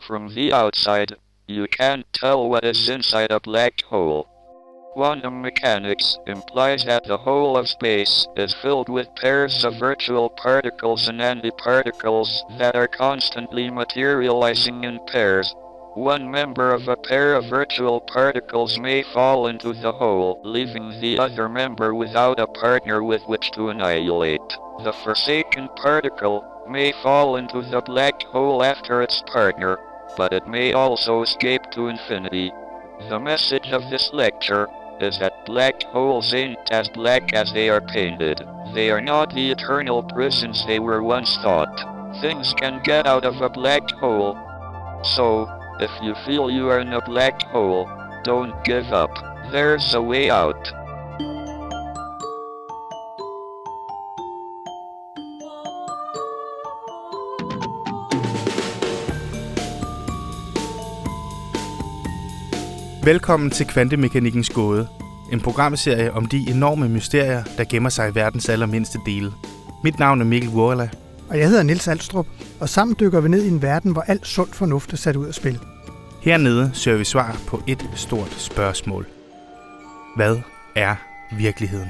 From the outside, you can't tell what is inside a black hole. Quantum mechanics implies that the whole of space is filled with pairs of virtual particles and antiparticles that are constantly materializing in pairs. One member of a pair of virtual particles may fall into the hole, leaving the other member without a partner with which to annihilate. The forsaken particle may fall into the black hole after its partner, but it may also escape to infinity. The message of this lecture is that black holes ain't as black as they are painted. They are not the eternal prisons they were once thought. Things can get out of a black hole. So, if you feel you are in a black hole, don't give up. There's a way out. Velkommen til Kvantemekanikkens gåde, en programserie om de enorme mysterier, der gemmer sig i verdens allermindste dele. Mit navn er Mikkel Wurla. Og jeg hedder Niels Alstrup, og sammen dykker vi ned i en verden, hvor alt sund fornuft er sat ud af spil. Hernede søger vi svar på et stort spørgsmål. Hvad er virkeligheden?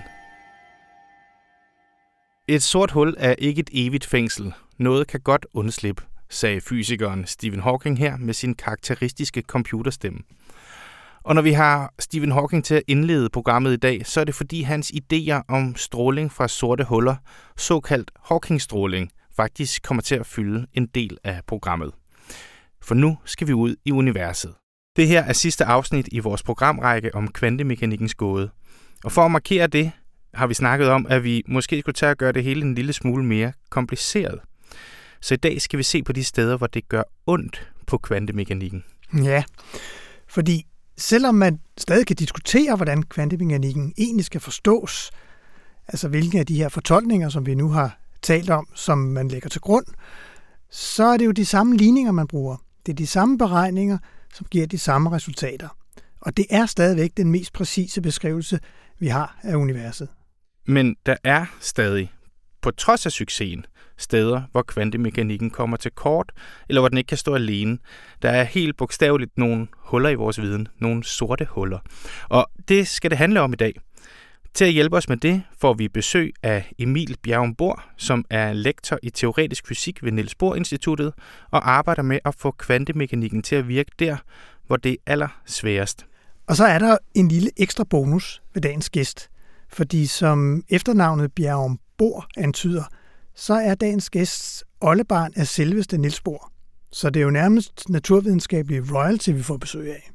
Et sort hul er ikke et evigt fængsel. Noget kan godt undslippe, sagde fysikeren Stephen Hawking her med sin karakteristiske computerstemme. Og når vi har Stephen Hawking til at indlede programmet i dag, så er det fordi hans idéer om stråling fra sorte huller, såkaldt Hawking-stråling, faktisk kommer til at fylde en del af programmet. For nu skal vi ud i universet. Det her er sidste afsnit i vores programrække om kvantemekanikkens gåde. Og for at markere det, har vi snakket om, at vi måske skulle tage at gøre det hele en lille smule mere kompliceret. Så i dag skal vi se på de steder, hvor det gør ondt på kvantemekanikken. Ja, fordi selvom man stadig kan diskutere, hvordan kvantemekanikken egentlig skal forstås, altså hvilke af de her fortolkninger, som vi nu har talt om, som man lægger til grund, så er det jo de samme ligninger, man bruger. Det er de samme beregninger, som giver de samme resultater. Og det er stadigvæk den mest præcise beskrivelse, vi har af universet. Men der er stadig, på trods af succesen, steder, hvor kvantemekanikken kommer til kort, eller hvor den ikke kan stå alene. Der er helt bogstaveligt nogle huller i vores viden, nogle sorte huller. Og det skal det handle om i dag. Til at hjælpe os med det, får vi besøg af Emil Bjerrum Bohr, som er lektor i teoretisk fysik ved Niels Bohr Instituttet, og arbejder med at få kvantemekanikken til at virke der, hvor det er allersværest. Og så er der en lille ekstra bonus ved dagens gæst, fordi som efternavnet Bjerrum Bohr antyder, så er dagens gæsts oldebarn af selveste Niels Bohr. Så det er jo nærmest naturvidenskabelig royalty, vi får besøg af.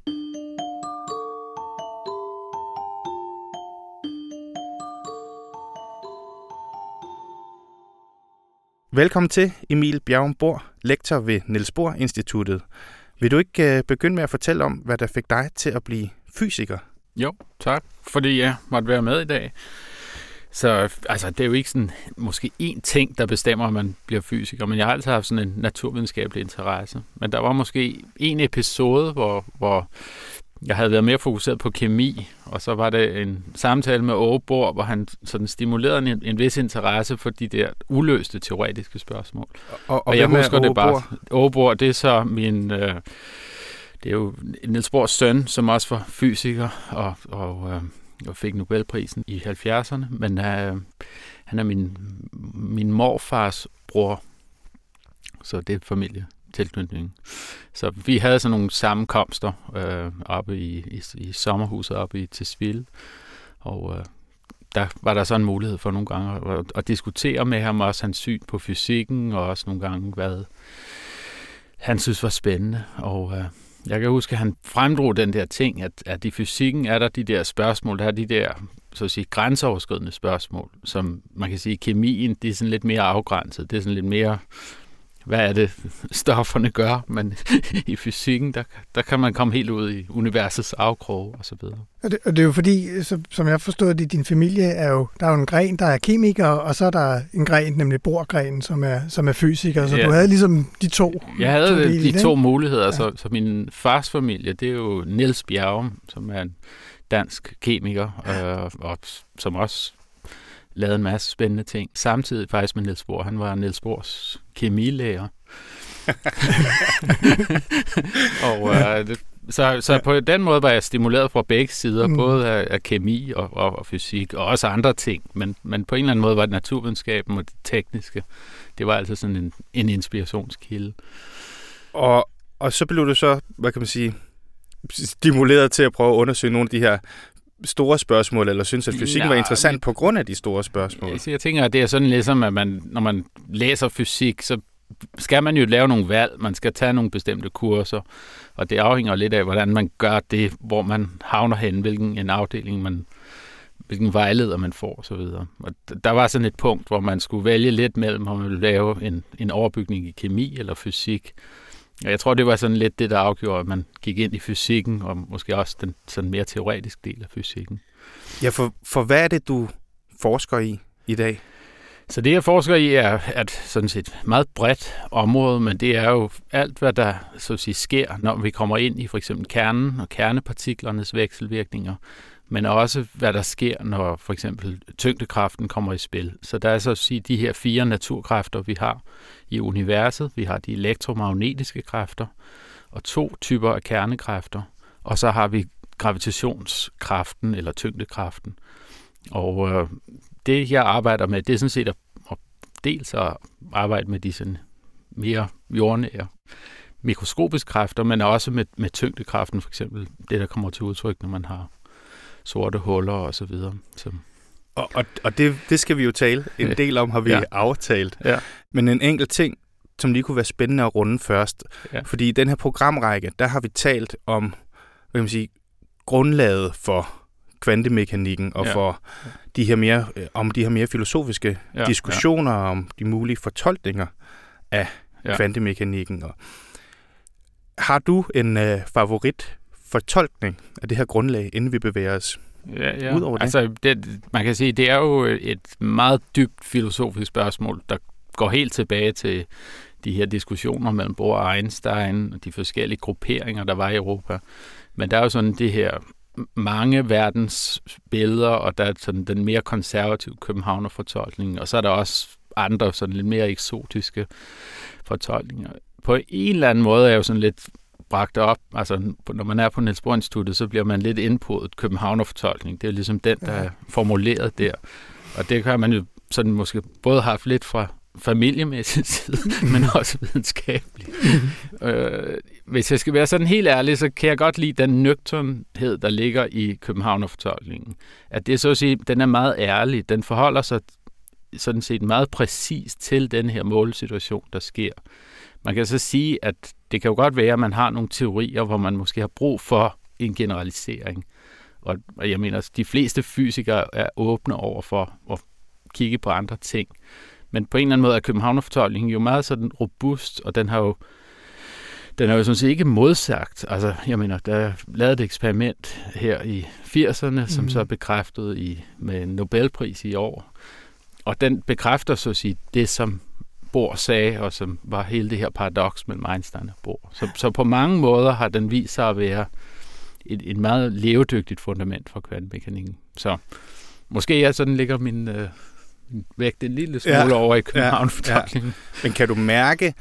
Velkommen til, Emil Bjerrum Bohr, lektor ved Niels Bohr Instituttet. Vil du ikke begynde med at fortælle om, hvad der fik dig til at blive fysiker? Jo, tak, fordi jeg måtte være med i dag. Så altså, det er jo ikke sådan måske én ting, der bestemmer, at man bliver fysiker, men jeg har altid haft sådan en naturvidenskabelig interesse. Men der var måske en episode, hvor jeg havde været mere fokuseret på kemi, og så var det en samtale med Aage Bohr, hvor han sådan stimulerede en vis interesse for de der uløste teoretiske spørgsmål. Og jeg husker det bare. Aage Bohr, det er så min... det er jo Niels Bohrs søn, som også var fysiker, og fik Nobelprisen i 70'erne, men han er min morfars bror, så det er familietilknytning. Så vi havde sådan nogle sammenkomster oppe i sommerhuset oppe i Tisvilde, og der var der så en mulighed for nogle gange at diskutere med ham også hans syn på fysikken, og også nogle gange, hvad han synes var spændende, og jeg kan huske, at han fremdrog den der ting, at i fysikken er der de der spørgsmål, der er de der, så at sige, grænseoverskridende spørgsmål, som man kan sige, kemien, det er sådan lidt mere afgrænset, det er sådan lidt mere, hvad er det, stofferne gør, men i fysikken, der kan man komme helt ud i universets afkroge og så videre. Og det er jo fordi, som jeg forstod det, din familie er jo, der er jo en gren, der er kemiker, og så er der en gren, nemlig Bohr-grenen, som er fysiker, så ja. Du havde ligesom de to. Jeg havde de to muligheder, ja. Så min fars familie, det er jo Niels Bjerrum, som er en dansk kemiker, og som også lavede en masse spændende ting. Samtidig faktisk med Niels Bohr. Han var Niels Bohrs kemilærer. Og så på den måde var jeg stimuleret fra begge sider, både af kemi og fysik, og også andre ting. Men på en eller anden måde var det naturvidenskaben og det tekniske. Det var altså sådan en inspirationskilde. Og så blev du så, hvad kan man sige, stimuleret til at prøve at undersøge nogle af de her store spørgsmål, eller synes, at fysikken var interessant på grund af de store spørgsmål? Jeg tænker, at det er sådan ligesom, at når man læser fysik, så skal man jo lave nogle valg. Man skal tage nogle bestemte kurser, og det afhænger lidt af, hvordan man gør det, hvor man havner hen, hvilken afdeling hvilken vejleder man får, og så videre. Og der var sådan et punkt, hvor man skulle vælge lidt mellem, om man ville lave en overbygning i kemi eller fysik. Og jeg tror, det var sådan lidt det, der afgjorde, at man gik ind i fysikken, og måske også den sådan mere teoretiske del af fysikken. Ja, for hvad er det, du forsker i dag? Så det, jeg forsker i, er sådan set et meget bredt område, men det er jo alt, hvad der så at sige, sker, når vi kommer ind i for eksempel kernen og kernepartiklernes vekselvirkninger, men også hvad der sker, når for eksempel tyngdekraften kommer i spil. Så der er så at sige de her 4 naturkræfter, vi har i universet. Vi har de elektromagnetiske kræfter og 2 typer af kernekræfter, og så har vi gravitationskraften eller tyngdekraften. Og det, jeg arbejder med, det er sådan set at dels at arbejde med de sådan mere jordnære mikroskopiske kræfter, men også med tyngdekraften, for eksempel det, der kommer til udtryk, når man har sorte huller og så videre. Så. Og det skal vi jo tale en del om, har vi aftalt. Ja. Men en enkelt ting, som lige kunne være spændende at runde først. Ja. Fordi i den her programrække, der har vi talt om, hvad kan man sige, grundlaget for kvantemekanikken og for de her mere filosofiske diskussioner om de mulige fortolkninger af kvantemekanikken. Og har du en favorit fortolkning af det her grundlag, inden vi bevæger os ud over det? Altså, man kan sige, det er jo et meget dybt filosofisk spørgsmål, der går helt tilbage til de her diskussioner mellem Bohr og Einstein og de forskellige grupperinger, der var i Europa. Men der er jo sådan det her mange verdensbilleder, og der er sådan den mere konservative københavnerfortolkning, og så er der også andre sådan lidt mere eksotiske fortolkninger. På en eller anden måde er jo sådan lidt bragt op, altså når man er på Niels Bohr Instituttet, så bliver man lidt indpodet københavnerfortolkning. Det er ligesom den, der er formuleret der. Og det kan man jo sådan måske både haft lidt fra familiemæssigt side, men også videnskabeligt. Hvis jeg skal være sådan helt ærlig, så kan jeg godt lide den nøgternhed, der ligger i københavnerfortolkningen. At det så at sige, den er meget ærlig. Den forholder sig sådan set meget præcist til den her målsituation, der sker. Man kan så sige, at det kan jo godt være, at man har nogle teorier, hvor man måske har brug for en generalisering. Og jeg mener, at de fleste fysikere er åbne over for at kigge på andre ting. Men på en eller anden måde er københavnerfortolkningen jo meget sådan robust, og den er jo sådan set ikke modsagt. Altså, jeg mener, der er lavet et eksperiment her i 80'erne, som så er bekræftet med en Nobelpris i år. Og den bekræfter så at sige det, som Bohr sagde, og som var hele det her paradoks mellem Einstein og Bohr. Så på mange måder har den vist sig at være et meget levedygtigt fundament for kvantemekanikken. Så måske sådan ligger min vægt en lille smule over i københavnerfortolkningen. Ja. Men kan du mærke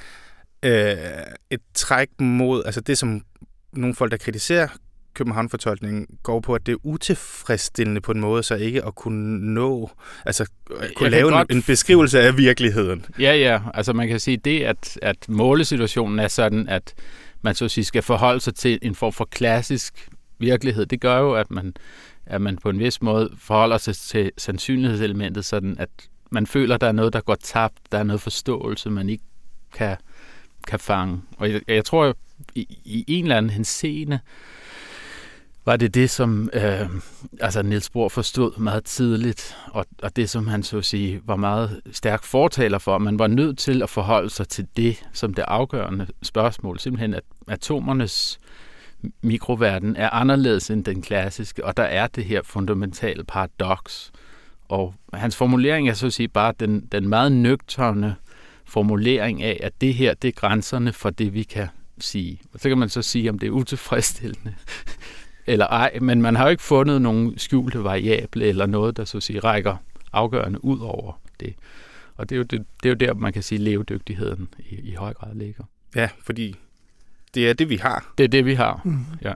et træk mod, altså det som nogle folk, der kritiserer københavnerfortolkningen, går på, at det er utilfredsstillende på en måde, så ikke at kunne nå, altså kunne lave en beskrivelse af virkeligheden? Ja, altså man kan sige det, at målesituationen er sådan, at man så at sige skal forholde sig til en form for klassisk virkelighed. Det gør jo, at man på en vis måde forholder sig til sandsynlighedselementet, sådan at man føler, at der er noget, der går tabt, der er noget forståelse, man ikke kan fange. Og jeg tror, i en eller anden henseende, var det, som Niels Bohr forstod meget tidligt, og det, som han så at sige var meget stærk fortaler for. Man var nødt til at forholde sig til det som det afgørende spørgsmål. Simpelthen, at atomernes mikroverden er anderledes end den klassiske, og der er det her fundamentale paradoks. Og hans formulering er så at sige bare den meget nøgterne formulering af, at det her, det er grænserne for det, vi kan sige. Og så kan man så sige, om det er utilfredsstillende eller ej, men man har jo ikke fundet nogen skjulte variable eller noget, der så at sige rækker afgørende ud over det. Og det er jo der, man kan sige, levedygtigheden i høj grad ligger. Ja, fordi det er det, vi har. Det er det, vi har, ja.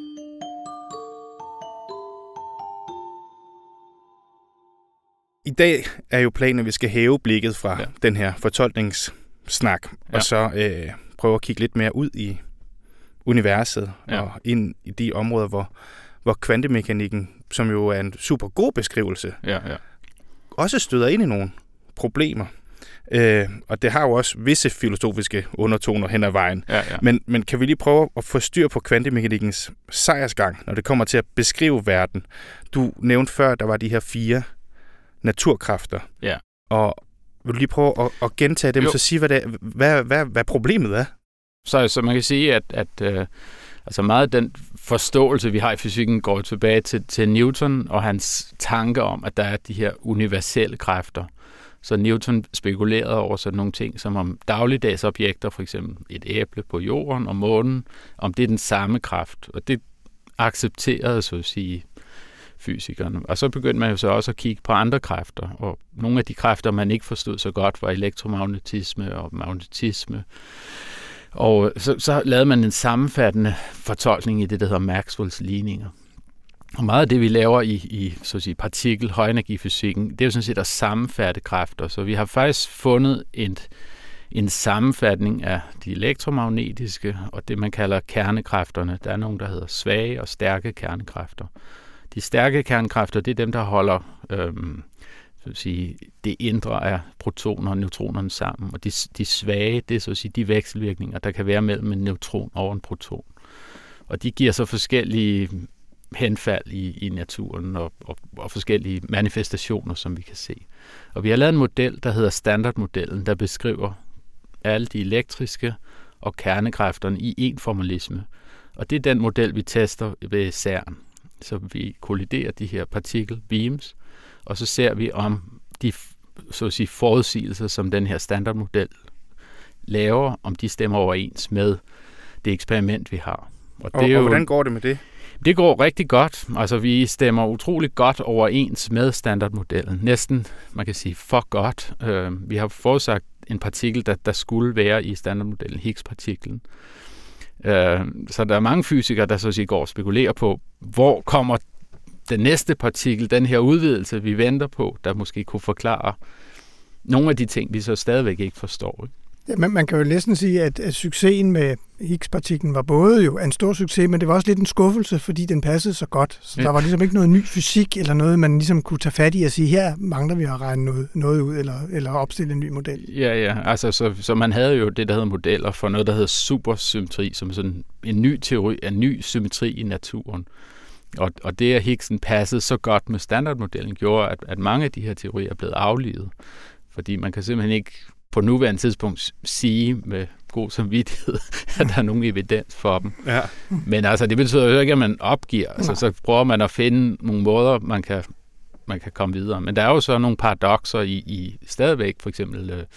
I dag er jo planen, at vi skal hæve blikket fra den her fortolkningssnak, og så prøve at kigge lidt mere ud i universet og ind i de områder, hvor kvantemekanikken, som jo er en super god beskrivelse, også støder ind i nogle problemer. Og det har jo også visse filosofiske undertoner hen ad vejen. Men kan vi lige prøve at få styr på kvantemekanikkens sejrsgang, når det kommer til at beskrive verden? Du nævnte før, at der var de her 4 naturkræfter. Ja. Og vil du lige prøve at gentage dem, så sige, hvad problemet er? Så man kan sige, at altså meget af den forståelse, vi har i fysikken, går tilbage til Newton og hans tanke om, at der er de her universelle kræfter. Så Newton spekulerede over sådan nogle ting, som om dagligdags objekter, for eksempel et æble på jorden og månen, om det er den samme kraft. Og det accepterede, så at sige, fysikerne. Og så begyndte man jo så også at kigge på andre kræfter, og nogle af de kræfter, man ikke forstod så godt, var elektromagnetisme og magnetisme. Og så lavede man en sammenfattende fortolkning i det, der hedder Maxwells ligninger. Og meget af det, vi laver i så at sige, højenergifysikken, det er jo sådan set at sammenfatte kræfter. Så vi har faktisk fundet en sammenfatning af de elektromagnetiske og det, man kalder kernekræfterne. Der er nogle, der hedder svage og stærke kernekræfter. De stærke kernekræfter, det er dem, der holder så at sige, det indre af protoner og neutronerne sammen. Og de svage, det er så at sige, de vekselvirkninger, der kan være mellem en neutron og en proton. Og de giver så forskellige henfald i naturen og forskellige manifestationer, som vi kan se. Og vi har lavet en model, der hedder standardmodellen, der beskriver alle de elektriske og kernekræfterne i én formalisme. Og det er den model, vi tester ved CERN. Så vi kolliderer de her partikelbeams, og så ser vi om de så at sige, forudsigelser, som den her standardmodel laver, om de stemmer overens med det eksperiment, vi har. Og hvordan går det med det? Det går rigtig godt. Altså, vi stemmer utroligt godt overens med standardmodellen. Næsten, man kan sige, for godt. Vi har forudsagt en partikel, der skulle være i standardmodellen, Higgs-partiklen. Så der er mange fysikere, der så at sige, går og spekulerer på, hvor kommer den næste partikel, den her udvidelse, vi venter på, der måske kunne forklare nogle af de ting, vi så stadigvæk ikke forstår. Ikke? Ja, man kan jo næsten sige, at succesen med Higgs-partiklen var både jo en stor succes, men det var også lidt en skuffelse, fordi den passede så godt. Så der var ligesom ikke noget ny fysik, eller noget, man ligesom kunne tage fat i og sige, her mangler vi at regne noget ud, eller opstille en ny model. Ja. Altså, så man havde jo det, der hedder modeller for noget, der hedder supersymmetri, som sådan en ny teori, en ny symmetri i naturen. Og det, at Higgsen passede så godt med standardmodellen, gjorde, at mange af de her teorier er blevet aflivet. Fordi man kan simpelthen ikke på nuværende tidspunkt sige med god samvittighed, at der er nogen evidens for dem. Ja. Men altså, det betyder jo ikke, at man opgiver. Altså, så prøver man at finde nogle måder, man kan komme videre. Men der er jo så nogle paradokser i stadigvæk, for eksempel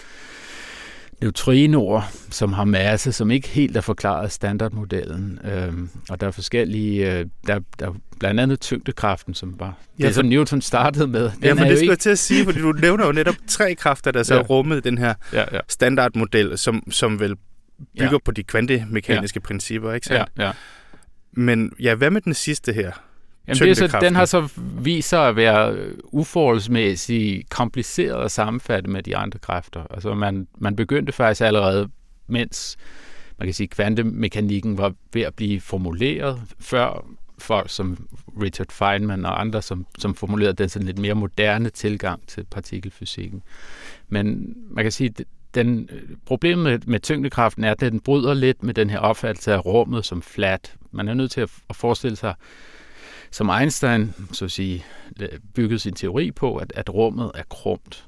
neutrinoer, som har masse, som ikke helt er forklaret af standardmodellen. Og der er forskellige, der er blandt andet tyngdekraften, som var det, som Newton startede med. Ja, men det skulle jeg til at sige, fordi du nævner jo netop 3 kræfter, der så er rummet i den her standardmodel, som vel bygger på de kvantemekaniske principper, ikke sandt? Ja. Men hvad med den sidste her? Jamen, den har så vist sig at være uforholdsmæssigt kompliceret at sammenfatte med de andre kræfter. Altså man begyndte faktisk allerede, mens man kan sige, kvantemekanikken var ved at blive formuleret, før folk som Richard Feynman og andre, som formulerede den sådan lidt mere moderne tilgang til partikelfysikken. Men man kan sige, problemet med tyngdekraften er, at den bryder lidt med den her opfattelse af rummet som fladt. Man er nødt til at forestille sig, som Einstein så at sige, byggede sin teori på, at rummet er krumt.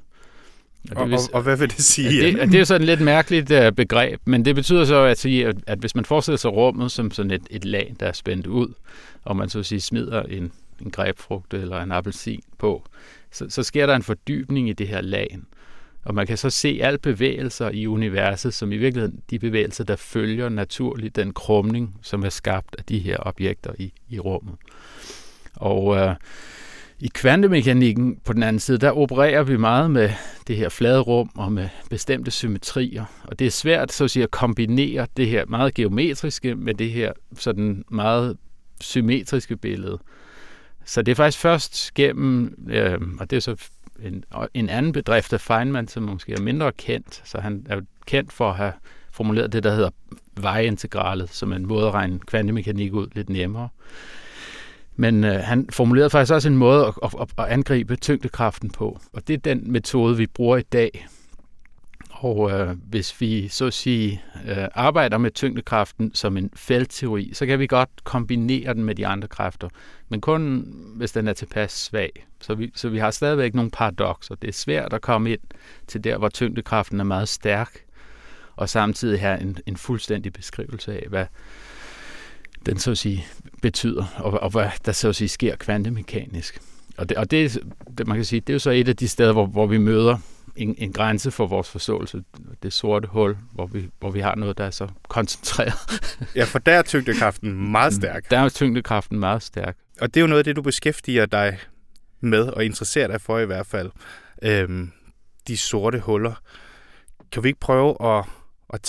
Og hvad vil det sige? Det er jo sådan et lidt mærkeligt begreb, men det betyder så at sige, at hvis man forestiller sig rummet som sådan et lag, der er spændt ud, og man så at sige smider en grebfrugt eller en appelsin på, så sker der en fordybning i det her lag. Og man kan så se alle bevægelser i universet, som i virkeligheden de bevægelser, der følger naturligt den krumning, som er skabt af de her objekter i rummet. Og I kvantemekanikken på den anden side, der opererer vi meget med det her flade rum og med bestemte symmetrier. Og det er svært så at sige, at kombinere det her meget geometriske med det her sådan meget symmetriske billede. Så det er faktisk først gennem, og det er så en anden bedrift af Feynman, som måske er mindre kendt. Så han er jo kendt for at have formuleret det, der hedder vejintegralet, som er en måde at regne kvantemekanik ud lidt nemmere. Men han formulerede faktisk også en måde at angribe tyngdekraften på. Og det er den metode, vi bruger i dag. Og hvis vi så at sige arbejder med tyngdekraften som en feltteori, så kan vi godt kombinere den med de andre kræfter. Men kun hvis den er tilpas svag. Så vi har stadigvæk nogle paradokser. Det er svært at komme ind til der, hvor tyngdekraften er meget stærk, og samtidig have en fuldstændig beskrivelse af, hvad den så at sige betyder, og hvad der så at sige sker kvantemekanisk. Og det man kan sige, det er jo så et af de steder, hvor vi møder en grænse for vores forståelse. Det sorte hul, hvor vi har noget, der er så koncentreret. Ja, for der er tyngdekraften meget stærk. Der er tyngdekraften meget stærk. Og det er jo noget af det, du beskæftiger dig med, og interesserer dig for i hvert fald. De sorte huller. Kan vi ikke prøve at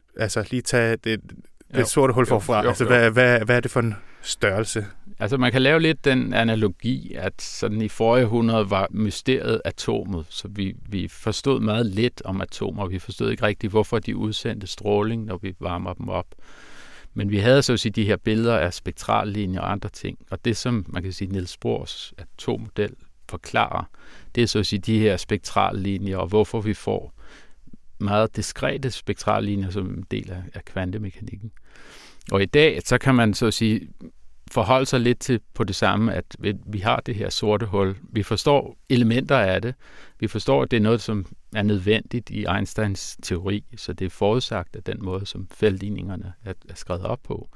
tage det sorte hul forfra? Hvad er det for en størrelse? Altså man kan lave lidt den analogi, at sådan i forrige århundrede var mysteriet atomet, så vi forstod meget lidt om atomer. Vi forstod ikke rigtigt, hvorfor de udsendte stråling, når vi varmer dem op. Men vi havde så at sige de her billeder af spektrallinjer og andre ting. Og det, som man kan sige Niels Bohrs atommodel forklarer, det er så at sige de her spektrallinjer, og hvorfor vi får meget diskrete spektrallinjer som en del af kvantemekanikken. Og i dag, så kan man så at sige forholde sig lidt til på det samme, at vi har det her sorte hul. Vi forstår elementer af det. Vi forstår, at det er noget, som er nødvendigt i Einsteins teori, så det er forudsagt af den måde, som feltligningerne er skrevet op på.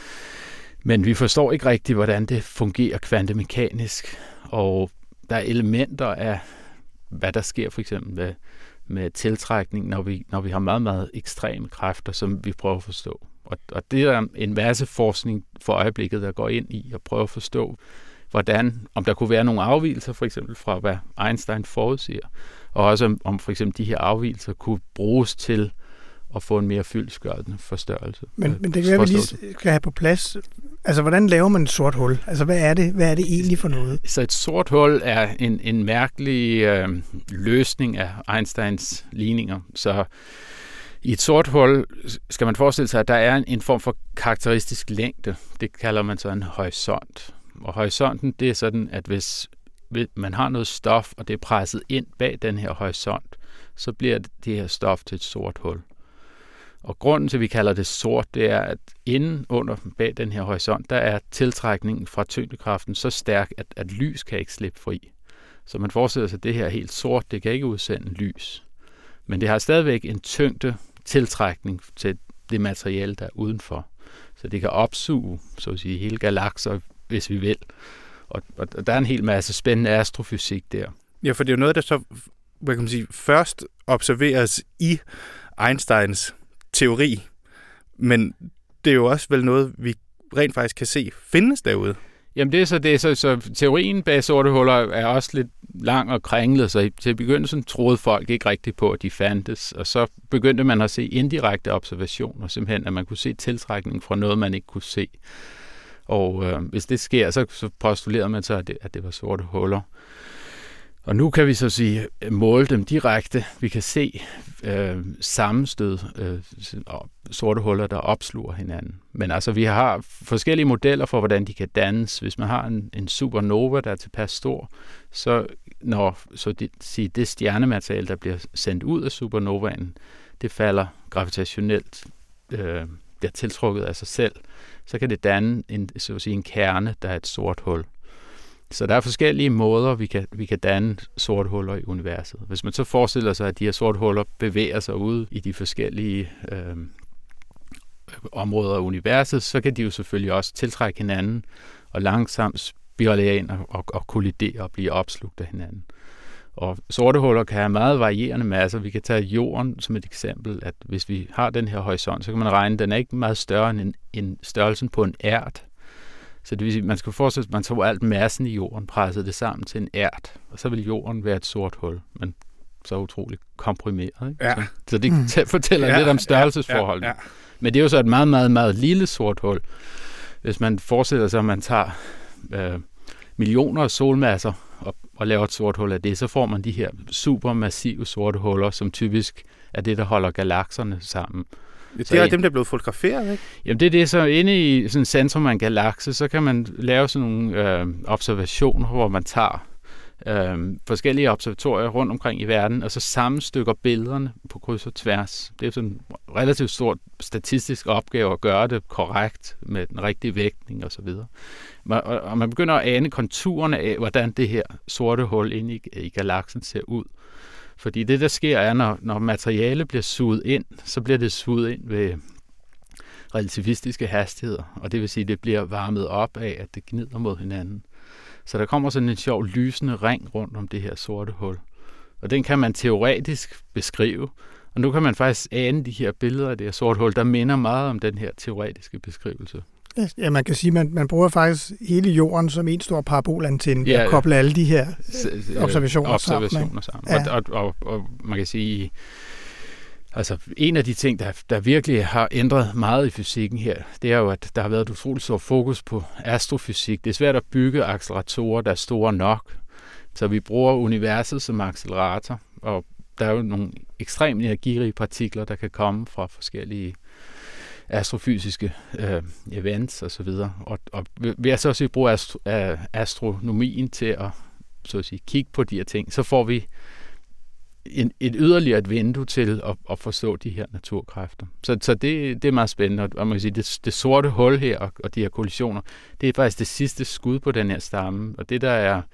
Men vi forstår ikke rigtigt, hvordan det fungerer kvantemekanisk, og der er elementer af, hvad der sker for eksempel med tiltrækning, når vi har meget, meget ekstreme kræfter, som vi prøver at forstå. Og det er en masse forskning for øjeblikket, der går ind i at prøve at forstå, om der kunne være nogle afvigelser, for eksempel fra hvad Einstein forudsiger, og også om for eksempel de her afvigelser kunne bruges til at få en mere fyldestgørende forstørrelse. Men det kan være, vi lige skal have på plads. Altså, hvordan laver man et sort hul? Altså, hvad er det egentlig for noget? Så et sort hul er en mærkelig løsning af Einsteins ligninger. Så i et sort hul skal man forestille sig, at der er en form for karakteristisk længde. Det kalder man så en horisont. Og horisonten, det er sådan, at hvis man har noget stof, og det er presset ind bag den her horisont, så bliver det her stof til et sort hul. Og grunden til, at vi kalder det sort, det er, at inden under bag den her horisont, der er tiltrækningen fra tyngdekraften så stærk, at lys kan ikke slippe fri. Så man forestiller sig, at det her er helt sort, det kan ikke udsende lys. Men det har stadigvæk en tyngde tiltrækning til det materiale, der er udenfor. Så det kan opsuge, så at sige, hele galakser, hvis vi vil. Og der er en hel masse spændende astrofysik der. Ja, for det er jo noget, der så, hvad kan man sige, først observeres i Einsteins teori, men det er jo også vel noget, vi rent faktisk kan se findes derude. Jamen det er så teorien bag sorte huller er også lidt lang og kringlet, så til begyndelsen troede folk ikke rigtigt på, at de fandtes, og så begyndte man at se indirekte observationer, simpelthen at man kunne se tiltrækning fra noget, man ikke kunne se. Og hvis det sker, så postulerede man så, at det var sorte huller. Og nu kan vi så sige måle dem direkte. Vi kan se sammenstød sorte huller, der opsluger hinanden. Men altså, vi har forskellige modeller for, hvordan de kan dannes. Hvis man har en supernova, der er tilpas stor, så når det stjernemateriale, der bliver sendt ud af supernovaen, det falder gravitationelt, bliver tiltrukket af sig selv, så kan det danne en kerne, der er et sort hul. Så der er forskellige måder, vi kan danne sorte huller i universet. Hvis man så forestiller sig, at de her sorte huller bevæger sig ud i de forskellige områder af universet, så kan de jo selvfølgelig også tiltrække hinanden og langsomt spiralere ind og kollidere og blive opslugt af hinanden. Og sorte huller kan have meget varierende masser. Vi kan tage jorden som et eksempel, at hvis vi har den her horisont, så kan man regne, at den er ikke meget større end størrelsen på en ært. Så det vil sige, man skal forestille sig, at man tog alt massen i jorden, pressede det sammen til en ært, og så vil jorden være et sort hul, men så utroligt komprimeret. Ikke? Ja. Så det fortæller lidt om størrelsesforholdet. Ja. Men det er jo så et meget, meget, meget lille sort hul. Hvis man forestiller sig, at man tager millioner af solmasser og laver et sort hul af det, så får man de her supermassive sorte huller, som typisk er det, der holder galakserne sammen. Det er dem, der er blevet fotograferet, ikke? Jamen det er det, så inde i sådan centrum af en galakse, så kan man lave sådan nogle observationer, hvor man tager forskellige observatorier rundt omkring i verden, og så sammenstykker billederne på kryds og tværs. Det er sådan en relativt stort statistisk opgave at gøre det korrekt med den rigtige vægtning osv. Og man begynder at ane konturerne af, hvordan det her sorte hul inde i galaksen ser ud. Fordi det, der sker, er, når materiale bliver suget ind, så bliver det suget ind ved relativistiske hastigheder. Og det vil sige, at det bliver varmet op af, at det gnider mod hinanden. Så der kommer sådan en sjov lysende ring rundt om det her sorte hul. Og den kan man teoretisk beskrive. Og nu kan man faktisk ane de her billeder af det her sorte hul, der minder meget om den her teoretiske beskrivelse. Ja, man kan sige, at man bruger faktisk hele jorden som en stor parabolantenne og kobler alle de her observationer sammen. Ja. Og man kan sige, altså en af de ting, der virkelig har ændret meget i fysikken her, det er jo, at der har været et utroligt stort fokus på astrofysik. Det er svært at bygge acceleratorer, der er store nok. Så vi bruger universet som accelerator, og der er jo nogle ekstremt energirige partikler, der kan komme fra forskellige astrofysiske events og så videre. Og ved at så også bruge astronomien til at så at sige, kigge på de her ting, så får vi et yderligere vindue til at forstå de her naturkræfter. Så det er meget spændende, og man kan sige, det sorte hul her og de her kollisioner, det er faktisk det sidste skud på den her stamme, og det der er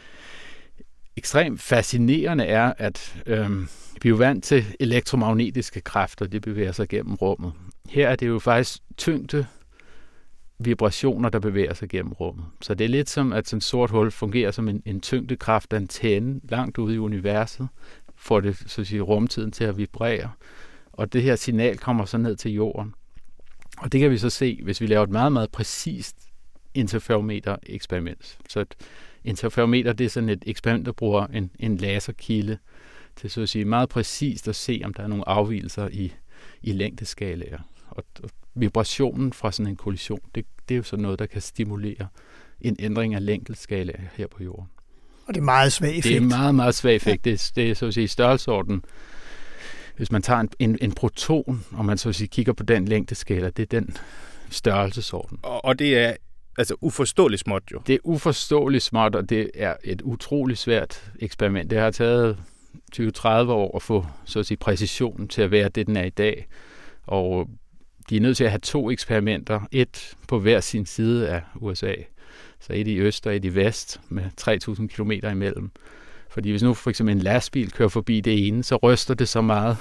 ekstremt fascinerende er, at vi er jo vant til elektromagnetiske kræfter, det bevæger sig gennem rummet. Her er det jo faktisk tyngde vibrationer, der bevæger sig gennem rummet. Så det er lidt som, at sådan et sort hul fungerer som en tyngdekraftantenne langt ude i universet, får det så at sige, rumtiden til at vibrere. Og det her signal kommer så ned til jorden. Og det kan vi så se, hvis vi laver et meget, meget præcist interferometer-eksperiment. Så et interferometer, det er sådan et eksperiment, der bruger en laserkilde til så at sige meget præcist at se, om der er nogle afvigelser i længdeskalaer. Og vibrationen fra sådan en kollision, det er jo sådan noget, der kan stimulere en ændring af længdeskalaer her på jorden. Og det er meget svag effekt. Det er meget, meget svag effekt. Ja. Det er så at sige størrelsesorden. Hvis man tager en proton, og man så at sige kigger på den længdeskala, det er den størrelsesorden. Og det er altså uforståeligt småt jo. Det er uforståeligt småt, og det er et utroligt svært eksperiment. Det har taget 20-30 år at få så at sige, præcisionen til at være det, den er i dag. Og de er nødt til at have 2 eksperimenter. Et på hver sin side af USA. Så et i øst og et i vest med 3.000 kilometer imellem. Fordi hvis nu for eksempel en lastbil kører forbi det ene, så ryster det så meget,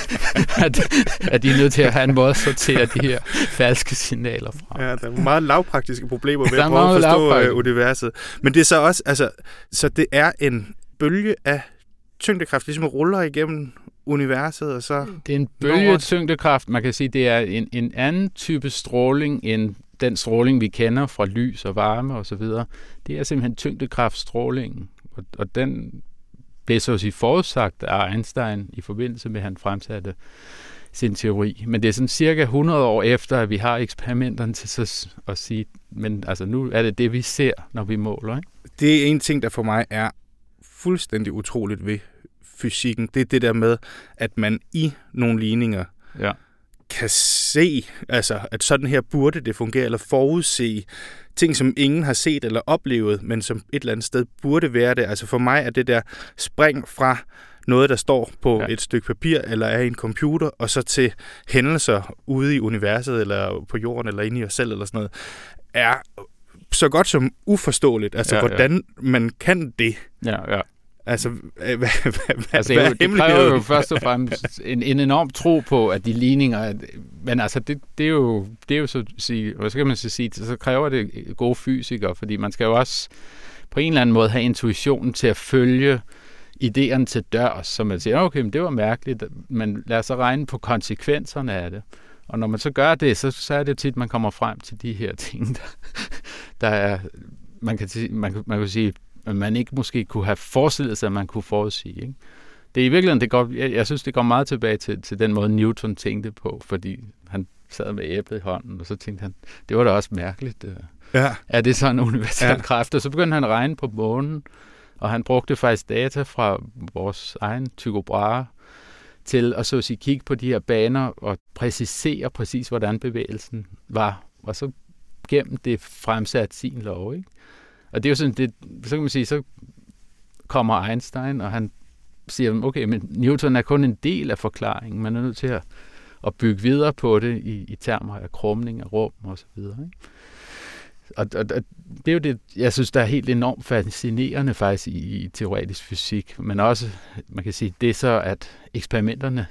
at de er nødt til at have en måde at sortere de her falske signaler fra. Ja, der er meget lavpraktiske problemer ved at prøve at forstå universet. Men det er så også, altså, så det er en bølge af tyngdekraft, ligesom ruller igennem universet, og så... Det er en bølge af tyngdekraft. Man kan sige, det er en anden type stråling end den stråling, vi kender fra lys og varme og så videre. Det er simpelthen tyngdekraftstrålingen. Og den blev så at sige forudsagt af Einstein i forbindelse med, at han fremsatte sin teori. Men det er sådan cirka 100 år efter, at vi har eksperimenterne til at sige, men altså nu er det, vi ser, når vi måler. Ikke? Det er en ting, der for mig er fuldstændig utroligt ved fysikken. Det er det der med, at man i nogle ligninger kan se, altså, at sådan her burde det fungere, eller forudse ting, som ingen har set eller oplevet, men som et eller andet sted burde være det. Altså for mig er det der spring fra noget, der står på et stykke papir, eller er i en computer, og så til hændelser ude i universet, eller på jorden, eller inde i os selv, eller sådan noget, er så godt som uforståeligt. Altså, hvordan man kan det. Ja. Altså, hvad det kræver jo først og fremmest en enorm tro på, at de ligninger, men altså det er jo så at sige, hvad skal man så sige, så kræver det gode fysikere, fordi man skal jo også på en eller anden måde have intuitionen til at følge idéerne til dørs, så man siger, okay, men det var mærkeligt, men lad os så regne på konsekvenserne af det. Og når man så gør det, så er det tit, man kommer frem til de her ting, der er, man kan sige, at man ikke måske kunne have forestillet sig, at man kunne forudsige. Ikke? Det er i virkeligheden, jeg synes, det går meget tilbage til den måde, Newton tænkte på, fordi han sad med æblet i hånden, og så tænkte han, det var da også mærkeligt. Ja. Er det så en universel kraft? Og så begyndte han at regne på månen, og han brugte faktisk data fra vores egen Tycho Brahe til at så at sige, kigge på de her baner og præcisere præcis, hvordan bevægelsen var. Og så gennem det fremsat sin lov. Ikke? Og det er jo sådan, så kan man sige, så kommer Einstein, og han siger, okay, men Newton er kun en del af forklaringen. Man er nødt til at bygge videre på det i termer af krumning af rum og så videre. Ikke? Og det er jo det, jeg synes, der er helt enormt fascinerende faktisk i teoretisk fysik, men også, man kan sige, det er så, at eksperimenterne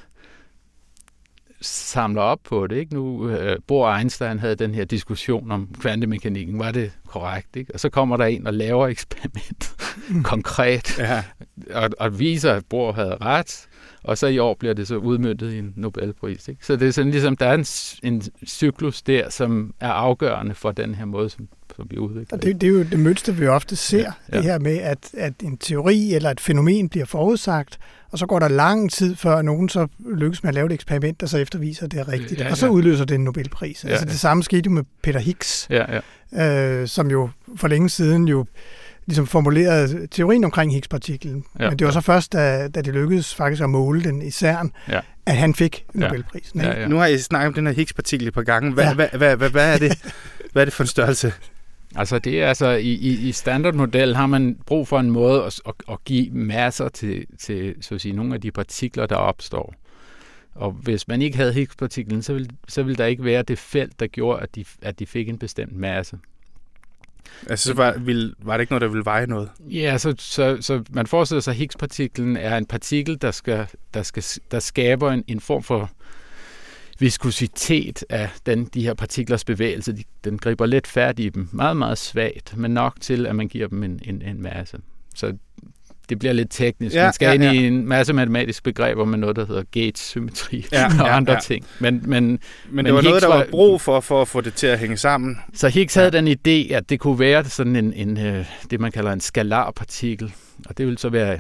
samler op på det. Ikke? Nu, Bohr og Einstein havde den her diskussion om kvantemekanikken. Var det korrekt? Ikke? Og så kommer der en og laver eksperiment konkret, og viser, at Bohr havde ret, og så i år bliver det så udmøntet i en Nobelpris. Ikke? Så det er sådan ligesom, der er en cyklus der, som er afgørende for den her måde, som vi udvikler. Og det er jo det mønster, vi ofte ser, det her med, at en teori eller et fænomen bliver forudsagt, og så går der lang tid, før nogen så lykkes med at lave et eksperiment, der så efterviser, at det er rigtigt. Og så udløser det en Nobelpris. Altså det samme skete jo med Peter Higgs, som jo for længe siden jo ligesom formulerede teorien omkring Higgs-partiklen. Men det var så først, da det lykkedes faktisk at måle den i CERN, at han fik Nobelprisen. Nu har I snakket om den her Higgs-partikel et par gange. Hvad er det? Hvad er det for en størrelse? Altså det er altså i standardmodel har man brug for en måde at give masser til så at sige, nogle af de partikler, der opstår. Og hvis man ikke havde Higgs-partiklen, så ville der ikke være det felt, der gjorde, at de fik en bestemt masse. Altså så var det ikke noget, der ville veje noget? Ja, så man forestiller sig, at Higgs-partiklen er en partikel, der skaber en form for viskositet af de her partiklers bevægelse. Den griber let fat i dem, meget, meget svagt, men nok til, at man giver dem en masse. Så det bliver lidt teknisk. Man skal ind i en masse matematiske begreber med noget, der hedder Gates-symmetri og andre ting. Men det var noget, der var brug for at få det til at hænge sammen. Så Higgs havde den idé, at det kunne være sådan en det, man kalder en skalarpartikel, og det vil så være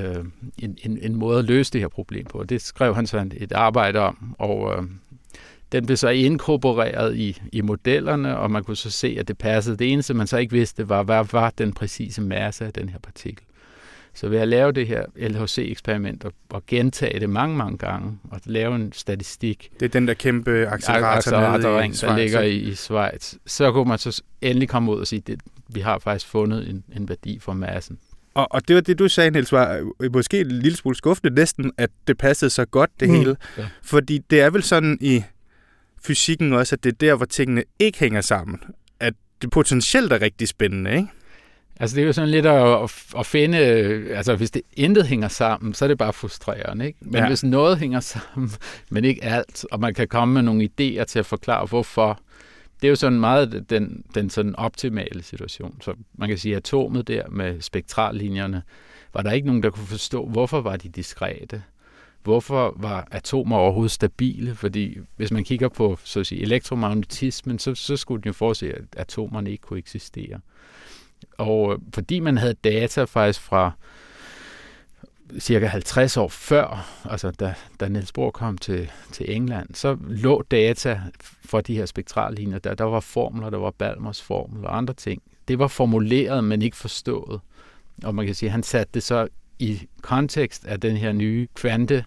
en måde at løse det her problem på. Det skrev han så et arbejde om, og den blev så inkorporeret i modellerne, og man kunne så se, at det passede. Det eneste, man så ikke vidste, var, hvad var den præcise masse af den her partikel. Så ved at lave det her LHC-eksperiment og gentage det mange, mange gange, og lave en statistik. Det er den der kæmpe acceleratorring, der ligger i Schweiz. Så kunne man så endelig komme ud og sige, at vi har faktisk fundet en værdi for massen. Og det var det, du sagde, Niels, var måske en lille smule skuffende næsten, at det passede så godt, det hele. Ja. Fordi det er vel sådan i fysikken også, at det er der, hvor tingene ikke hænger sammen. At det potentielt er rigtig spændende, ikke? Altså det er jo sådan lidt at finde, altså hvis det intet hænger sammen, så er det bare frustrerende, ikke? Men hvis noget hænger sammen, men ikke alt, og man kan komme med nogle idéer til at forklare, hvorfor, det er jo sådan meget den sådan optimale situation. Så man kan sige, at atomet der med spektrallinjerne, var der ikke nogen, der kunne forstå, hvorfor var de diskrete? Hvorfor var atomer overhovedet stabile? Fordi hvis man kigger på så at sige, elektromagnetismen, så skulle den jo forudse, at atomerne ikke kunne eksistere. Og fordi man havde data faktisk fra cirka 50 år før, altså da Niels Bohr kom til England, så lå data for de her spektrallinjer, der var formler, der var Balmers formel og andre ting. Det var formuleret, men ikke forstået. Og man kan sige, at han satte det så i kontekst af den her nye kvante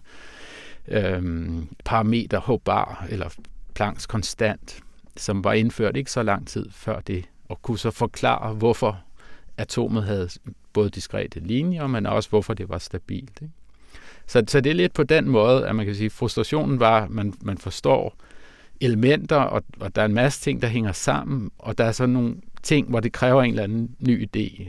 parameter H bar, eller Plancks konstant, som var indført ikke så lang tid før det, og kunne så forklare, hvorfor atomet havde både diskrete linjer, men også hvorfor det var stabilt. Ikke? Så det er lidt på den måde, at man kan sige, at frustrationen var, at man forstår elementer, og der er en masse ting, der hænger sammen, og der er sådan nogle ting, hvor det kræver en eller anden ny idé.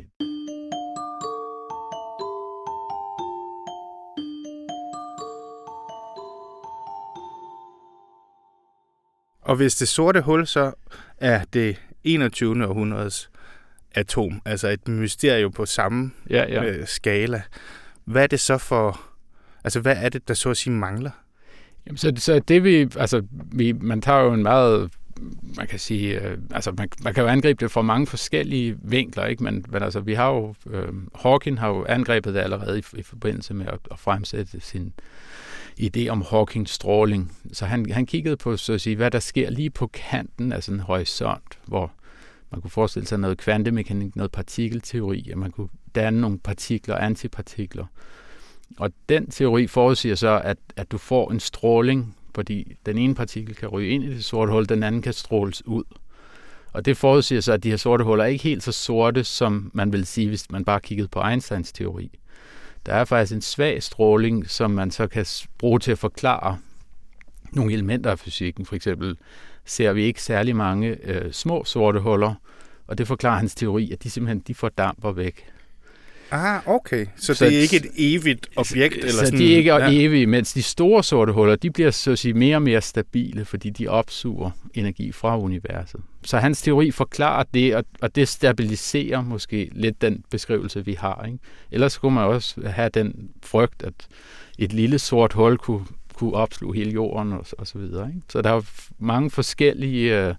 Og hvis det sorte hul så er det 21. århundredes atom, altså et mysterium på samme skala, hvad er det så for, altså hvad er det, der så at sige mangler? Jamen, så det man tager jo en meget man kan sige, man kan jo angribe det fra mange forskellige vinkler, ikke? Men altså, vi har jo, Hawking har jo angrebet det allerede i forbindelse med at fremsætte sin idé om Hawkings stråling. Så han kiggede på, så at sige, hvad der sker lige på kanten af sådan en horisont, hvor man kunne forestille sig noget kvantemekanik, noget partikelteori, at man kunne danne nogle partikler og antipartikler. Og den teori forudsiger så, at du får en stråling, fordi den ene partikel kan ryge ind i det sorte hul, den anden kan stråles ud. Og det forudsiger så, at de her sorte huller er ikke helt så sorte, som man vil sige, hvis man bare kiggede på Einsteins teori. Der er faktisk en svag stråling, som man så kan bruge til at forklare nogle elementer af fysikken. For eksempel ser vi ikke særlig mange små sorte huller, og det forklarer hans teori, at de simpelthen fordamper væk. Okay. Så det er ikke et evigt objekt? Eller så sådan, de er ikke evige, mens de store sorte huller, de bliver så at sige mere og mere stabile, fordi de opsuger energi fra universet. Så hans teori forklarer det, og det stabiliserer måske lidt den beskrivelse, vi har. Ikke? Ellers kunne man også have den frygt, at et lille sort hul kunne opsluge hele jorden og så videre. Ikke? Så der er mange forskellige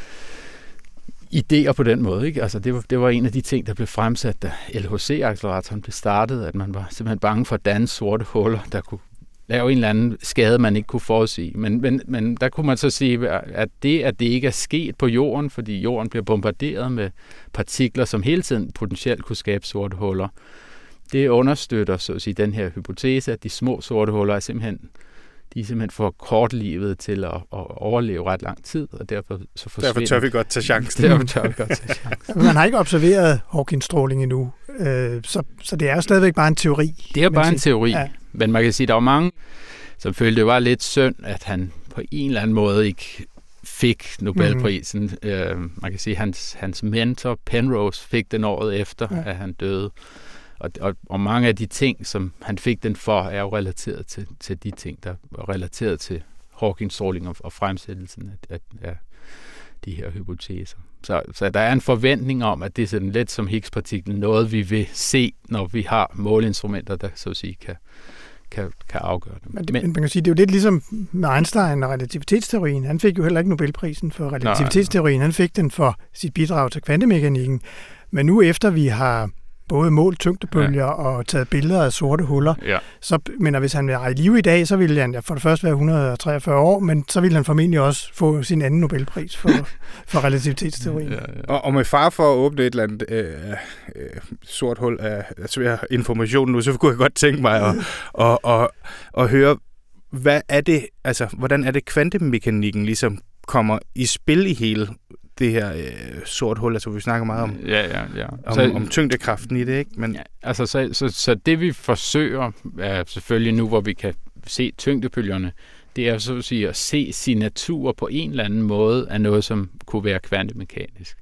idéer på den måde. Ikke? Altså det var en af de ting, der blev fremsat, da LHC-acceleratoren blev startet, at man var simpelthen bange for at danne sorte huller, der kunne lave en eller anden skade, man ikke kunne forudsige. Men der kunne man så sige, at det ikke er sket på jorden, fordi jorden bliver bombarderet med partikler, som hele tiden potentielt kunne skabe sorte huller. Det understøtter så at sige den her hypotese, at de små sorte huller er simpelthen for kortlivet til at overleve ret lang tid, og derfor så forsvinder. Derfor tør vi godt tage chancen. Man har ikke observeret Hawkings stråling endnu, så det er jo stadigvæk bare en teori. Det er bare en teori, ja. Men man kan sige, at der var mange, som følte, det var lidt synd, at han på en eller anden måde ikke fik Nobelprisen. Man kan sige, at hans mentor Penrose fik den året efter, at han døde. Og mange af de ting, som han fik den for, er jo relateret til de ting, der var relateret til Hawkings stråling og fremsættelsen af de her hypoteser. Så der er en forventning om, at det er sådan lidt som Higgs-partiklen, noget vi vil se, når vi har måleinstrumenter, der så at sige kan afgøre det. Men man kan sige, det er jo lidt ligesom med Einstein og relativitetsteorien. Han fik jo heller ikke Nobelprisen for relativitetsteorien. Han fik den for sit bidrag til kvantemekanikken. Men nu efter vi har både målt tyngdebølger og taget billeder af sorte huller. Ja. Så, men hvis han var i live i dag, så ville han for det første være 143 år, men så ville han formentlig også få sin anden Nobelpris for relativitetsteorien. Ja. Og med far for at åbne et eller andet sort hul af svær information nu, så kunne jeg godt tænke mig at høre, hvad er det, altså, hvordan er det kvantemekanikken ligesom kommer i spil i hele det her sort hul, altså vi snakker meget om, om tyngdekraften i det, ikke? Men ja, altså så det vi forsøger er selvfølgelig nu, hvor vi kan se tyngdebølgerne, det er så at sige at se signaturer på en eller anden måde af noget, som kunne være kvantemekanisk.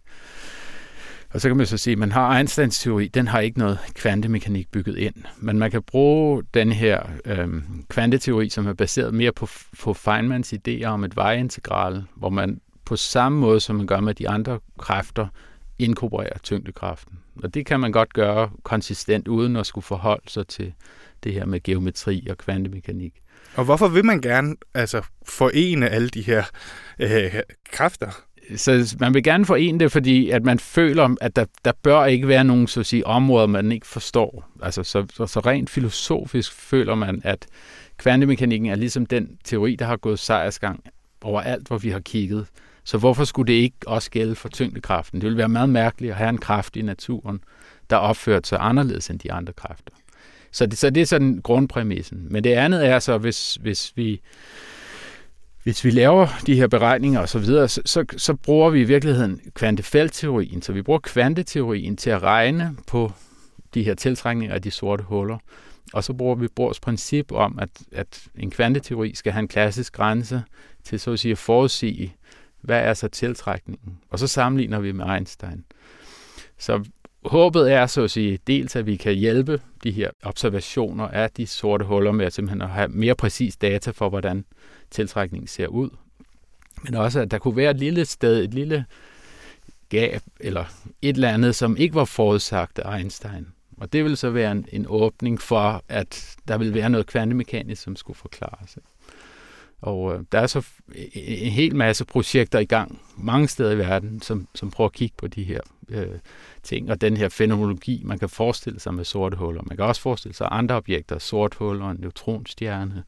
Og så kan man så sige, at man har Einsteins teori, den har ikke noget kvantemekanik bygget ind, men man kan bruge den her kvanteteori, som er baseret mere på Feynmans idéer om et vejintegral, hvor man på samme måde, som man gør med de andre kræfter, inkorporerer tyngdekraften. Og det kan man godt gøre konsistent, uden at skulle forholde sig til det her med geometri og kvantemekanik. Og hvorfor vil man gerne forene alle de her kræfter? Så man vil gerne forene det, fordi at man føler, at der bør ikke være nogen så at sige, områder, man ikke forstår. Altså, så rent filosofisk føler man, at kvantemekanikken er ligesom den teori, der har gået sejrsgang overalt, hvor vi har kigget. Så hvorfor skulle det ikke også gælde for tyngdekraften? Det ville være meget mærkeligt at have en kraft i naturen, der opført sig anderledes end de andre kræfter. Så det er sådan grundpræmissen. Men det andet er så, hvis vi laver de her beregninger og så videre, så bruger vi i virkeligheden kvantefeltteorien. Så vi bruger kvanteteorien til at regne på de her tiltrækninger af de sorte huller. Og så bruger vi Bohrs princip om, at en kvanteteori skal have en klassisk grænse til så at sige at forudsige, hvad er så tiltrækningen? Og så sammenligner vi med Einstein. Så håbet er så at sige dels, at vi kan hjælpe de her observationer af de sorte huller med at simpelthen at have mere præcis data for, hvordan tiltrækningen ser ud. Men også, at der kunne være et lille sted, et lille gab eller et eller andet, som ikke var forudsagt af Einstein. Og det vil så være en åbning for, at der vil være noget kvantemekanisk, som skulle forklare sig. Og der er så en hel masse projekter i gang mange steder i verden, som prøver at kigge på de her ting, og den her fænomenologi, man kan forestille sig med sorte huller. Man kan også forestille sig andre objekter, sort hul og en neutronstjerne.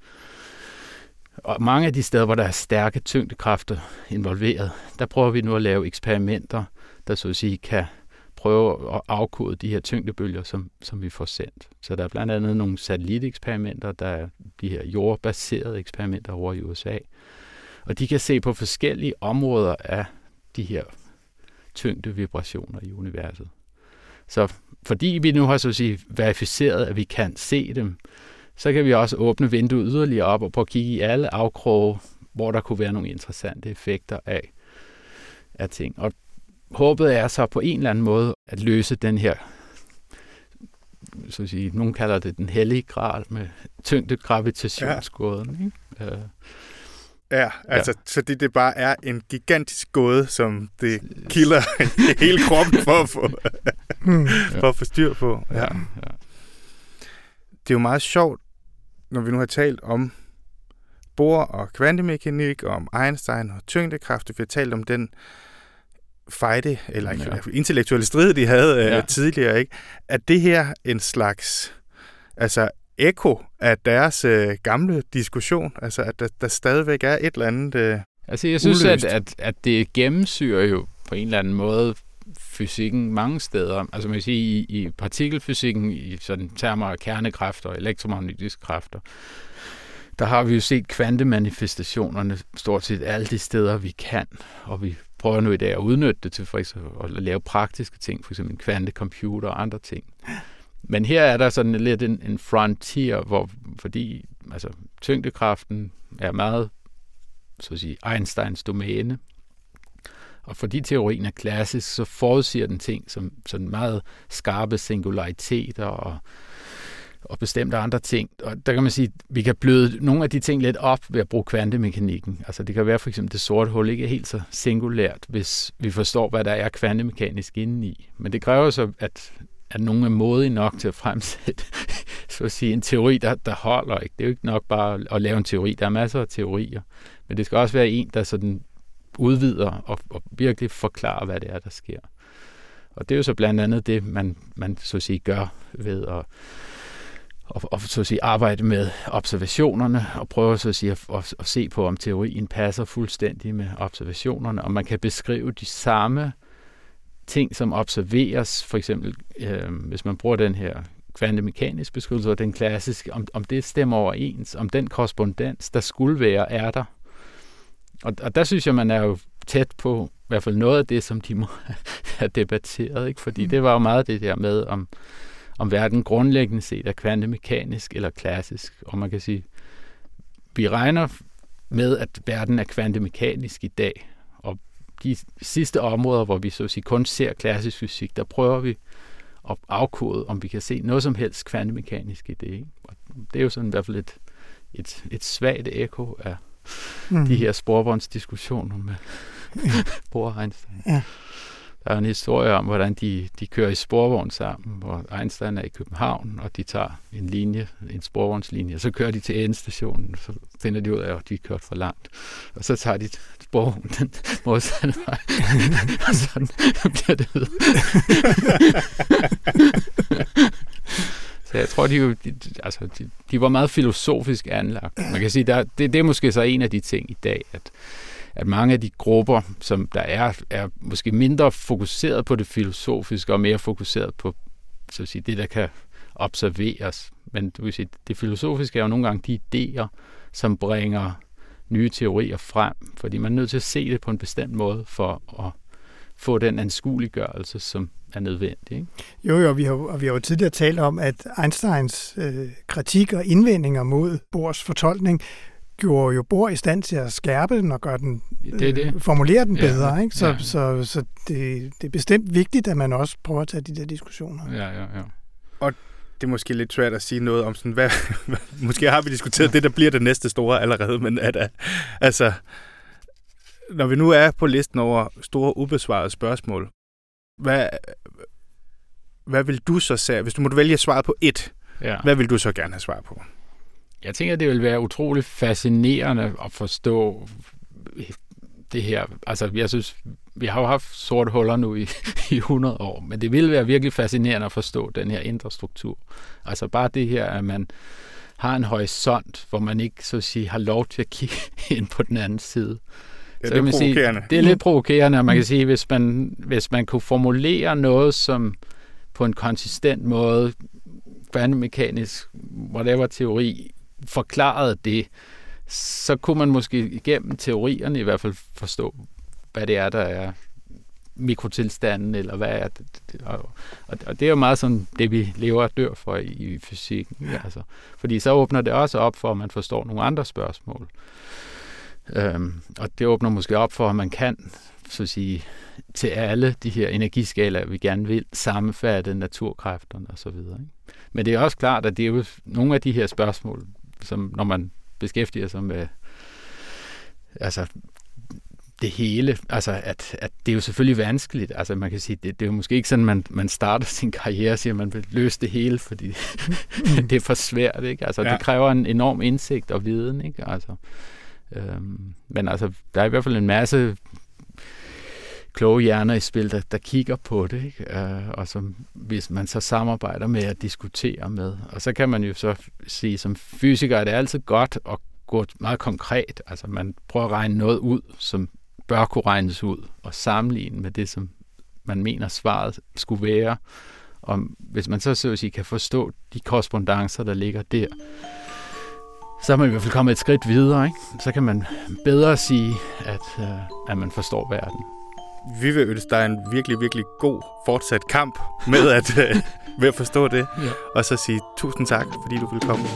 Og mange af de steder, hvor der er stærke tyngdekræfter involveret, der prøver vi nu at lave eksperimenter, der så at sige kan prøve at afkode de her tyngdebølger, som vi får sendt. Så der er blandt andet nogle satelliteksperimenter, der er de her jordbaserede eksperimenter over i USA. Og de kan se på forskellige områder af de her tyngdevibrationer i universet. Så fordi vi nu har så at sige verificeret, at vi kan se dem, så kan vi også åbne vinduet yderligere op og prøve at kigge i alle afkroge, hvor der kunne være nogle interessante effekter af ting. Og håbet er så på en eller anden måde at løse den her, så at sige, nogen kalder det den hellige gral med tyngdegravitationsgåden. Ikke? Ja, altså, så det bare er en gigantisk gåde, som det kilder hele kroppen for at få styr på. Ja. Det er jo meget sjovt, når vi nu har talt om Bohr og kvantemekanik, og om Einstein og tyngdekraft, vi har talt om den fejde, eller intellektuelle strid, de havde tidligere, ikke? Er det her en slags ekko af deres gamle diskussion? Altså, at der stadigvæk er et eller andet Altså, jeg synes, at det gennemsyrer jo på en eller anden måde fysikken mange steder. Altså, man kan sige, i partikelfysikken, i sådan termer af kernekræfter og elektromagnetiske kræfter, der har vi jo set kvantemanifestationerne stort set alle de steder, vi kan, og vi prøver nu i dag at udnytte det til for eksempel at lave praktiske ting, for eksempel en kvantecomputer og andre ting. Men her er der sådan lidt en frontier, fordi altså, tyngdekraften er meget, så at sige, Einsteins domæne. Og fordi teorien er klassisk, så forudsiger den ting som sådan meget skarpe singulariteter og bestemte andre ting. Og der kan man sige, at vi kan bløde nogle af de ting lidt op ved at bruge kvantemekanikken. Altså det kan være for eksempel, det sorte hul ikke er helt så singulært, hvis vi forstår, hvad der er kvantemekanisk indeni. Men det kræver så, at nogen er modige nok til at fremsætte så at sige, en teori, der holder. Ikke? Det er jo ikke nok bare at lave en teori. Der er masser af teorier. Men det skal også være en, der sådan udvider og virkelig forklarer, hvad det er, der sker. Og det er jo så blandt andet det, man så at sige, gør ved at så at sige, arbejde med observationerne og prøve så at sige, at se på, om teorien passer fuldstændig med observationerne, og man kan beskrive de samme ting, som observeres, for eksempel hvis man bruger den her kvantemekanisk beskrivelse, og den klassiske, om det stemmer overens, om den korrespondens, der skulle være, er der. Og der synes jeg, man er jo tæt på i hvert fald noget af det, som de må have debatteret, ikke? Fordi det var jo meget det der med, om verden grundlæggende set er kvantemekanisk eller klassisk. Og man kan sige, vi regner med, at verden er kvantemekanisk i dag. Og de sidste områder, hvor vi så at sige, kun ser klassisk fysik, der prøver vi at afkode, om vi kan se noget som helst kvantemekanisk i det. Ikke? Og det er jo sådan i hvert fald et svagt ekko af de her sporbåndsdiskussioner med Bohr og Einstein. Ja. Der er en historie om, hvordan de kører i sporvogn sammen, hvor Einstein er i København, og de tager en sporvognslinje, og så kører de til endestationen, og så finder de ud af, at de er kørt for langt. Og så tager de sporvognen den modsatte vej, og sådan bliver det ved. Så jeg tror, de var meget filosofisk anlagt. Man kan sige, det er måske så en af de ting i dag, at mange af de grupper, som der er måske mindre fokuseret på det filosofiske og mere fokuseret på så at sige, det, der kan observeres. Men du vil sige, det filosofiske er jo nogle gange de idéer, som bringer nye teorier frem, fordi man er nødt til at se det på en bestemt måde for at få den anskueliggørelse, som er nødvendig. Ikke? Jo, vi har jo tidligere talt om, at Einsteins kritik og indvendinger mod Bohrs fortolkning gjorde jo Bohr i stand til at skærpe den og gøre den, formulere den bedre. Ikke? Så det er bestemt vigtigt, at man også prøver at tage de der diskussioner. Ja. Og det er måske lidt svært at sige noget om sådan, måske har vi diskuteret det, der bliver det næste store allerede, men altså, når vi nu er på listen over store ubesvarede spørgsmål, hvad vil du så sige, hvis du måtte vælge svaret på et, hvad vil du så gerne have svar på? Jeg tænker, det vil være utroligt fascinerende at forstå det her. Altså, jeg synes, vi har jo haft sorte huller nu i 100 år, men det vil være virkelig fascinerende at forstå den her indre struktur. Altså bare det her, at man har en horisont, hvor man ikke, så at sige, har lov til at kigge ind på den anden side. Ja, det er provokerende. Det er lidt provokerende, og man kan sige, hvis man kunne formulere noget, som på en konsistent måde, kvantemekanisk, whatever teori, forklarede det, så kunne man måske igennem teorierne i hvert fald forstå, hvad det er, der er mikrotilstanden, eller hvad er det. Og det er jo meget sådan det, vi lever og dør for i fysikken. Ja. Altså. Fordi så åbner det også op for, at man forstår nogle andre spørgsmål. Og det åbner måske op for, at man kan, så at sige, til alle de her energiskalaer, vi gerne vil, sammenfatte naturkræfterne og så videre. Ikke? Men det er også klart, at det er jo nogle af de her spørgsmål, som når man beskæftiger sig med altså det hele, altså at det er jo selvfølgelig vanskeligt. Altså man kan sige, det er jo måske ikke sådan, man starter sin karriere og siger, at man vil løse det hele, fordi det er for svært, ikke? Altså det kræver en enorm indsigt og viden, ikke? Altså, men altså, der er i hvert fald en masse kloge hjerner i spil, der kigger på det, ikke? Og som hvis man så samarbejder med at diskutere med. Og så kan man jo så sige, som fysiker er det altid godt at gå meget konkret. Altså man prøver at regne noget ud, som bør kunne regnes ud, og sammenligne med det, som man mener svaret skulle være. Og hvis man så at sige kan forstå de korrespondancer, der ligger der, så er man i hvert fald kommet et skridt videre, ikke? Så kan man bedre sige, at man forstår verden. Vi vil ønske dig en virkelig, virkelig god fortsat kamp med at forstå det, ja. Og så sige tusind tak, fordi du ville komme.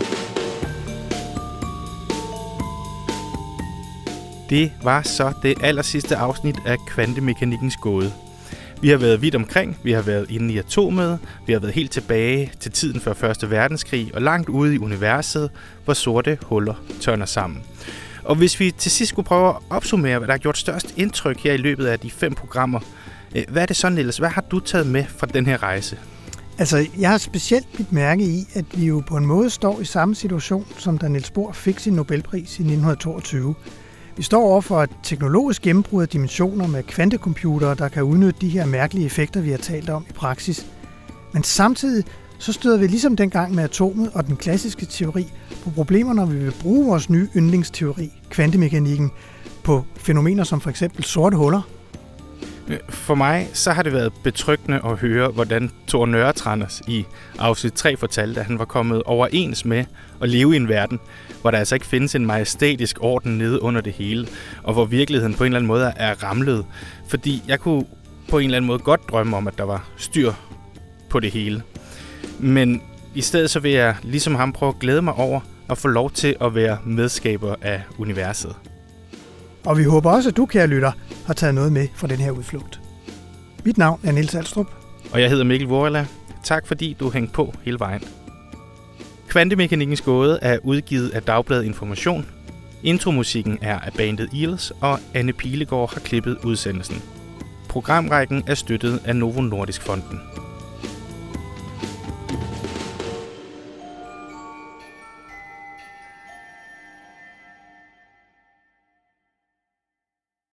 Det var så det allersidste afsnit af Kvantemekanikkens gåde. Vi har været vidt omkring, vi har været inde i atomet, vi har været helt tilbage til tiden før 1. verdenskrig og langt ude i universet, hvor sorte huller tørner sammen. Og hvis vi til sidst skulle prøve at opsummere, hvad der har gjort størst indtryk her i løbet af de 5 programmer, hvad er det så, Niels? Hvad har du taget med fra den her rejse? Altså, jeg har specielt bidt mærke i, at vi jo på en måde står i samme situation, som da Niels Bohr fik sin Nobelpris i 1922. Vi står over for et teknologisk gennembrud af dimensioner med kvantecomputere, der kan udnytte de her mærkelige effekter, vi har talt om i praksis. Men samtidig så støder vi ligesom dengang med atomet og den klassiske teori på problemer, når vi vil bruge vores nye yndlingsteori, kvantemekanikken, på fænomener som for eksempel sorte huller. For mig så har det været betryggende at høre, hvordan Thor Nørretranders i afsnit 3 fortalte, at han var kommet overens med at leve i en verden, hvor der altså ikke findes en majestætisk orden nede under det hele, og hvor virkeligheden på en eller anden måde er ramlet. Fordi jeg kunne på en eller anden måde godt drømme om, at der var styr på det hele. Men i stedet så vil jeg ligesom ham prøve at glæde mig over at få lov til at være medskaber af universet. Og vi håber også, at du, kære lytter, har taget noget med fra den her udflugt. Mit navn er Niels Alstrup. Og jeg hedder Mikkel Vorela. Tak fordi du hængte på hele vejen. Kvantemekanikkens gåde er udgivet af Dagbladet Information. Intromusikken er af bandet Eels, og Anne Pilegaard har klippet udsendelsen. Programrækken er støttet af Novo Nordisk Fonden.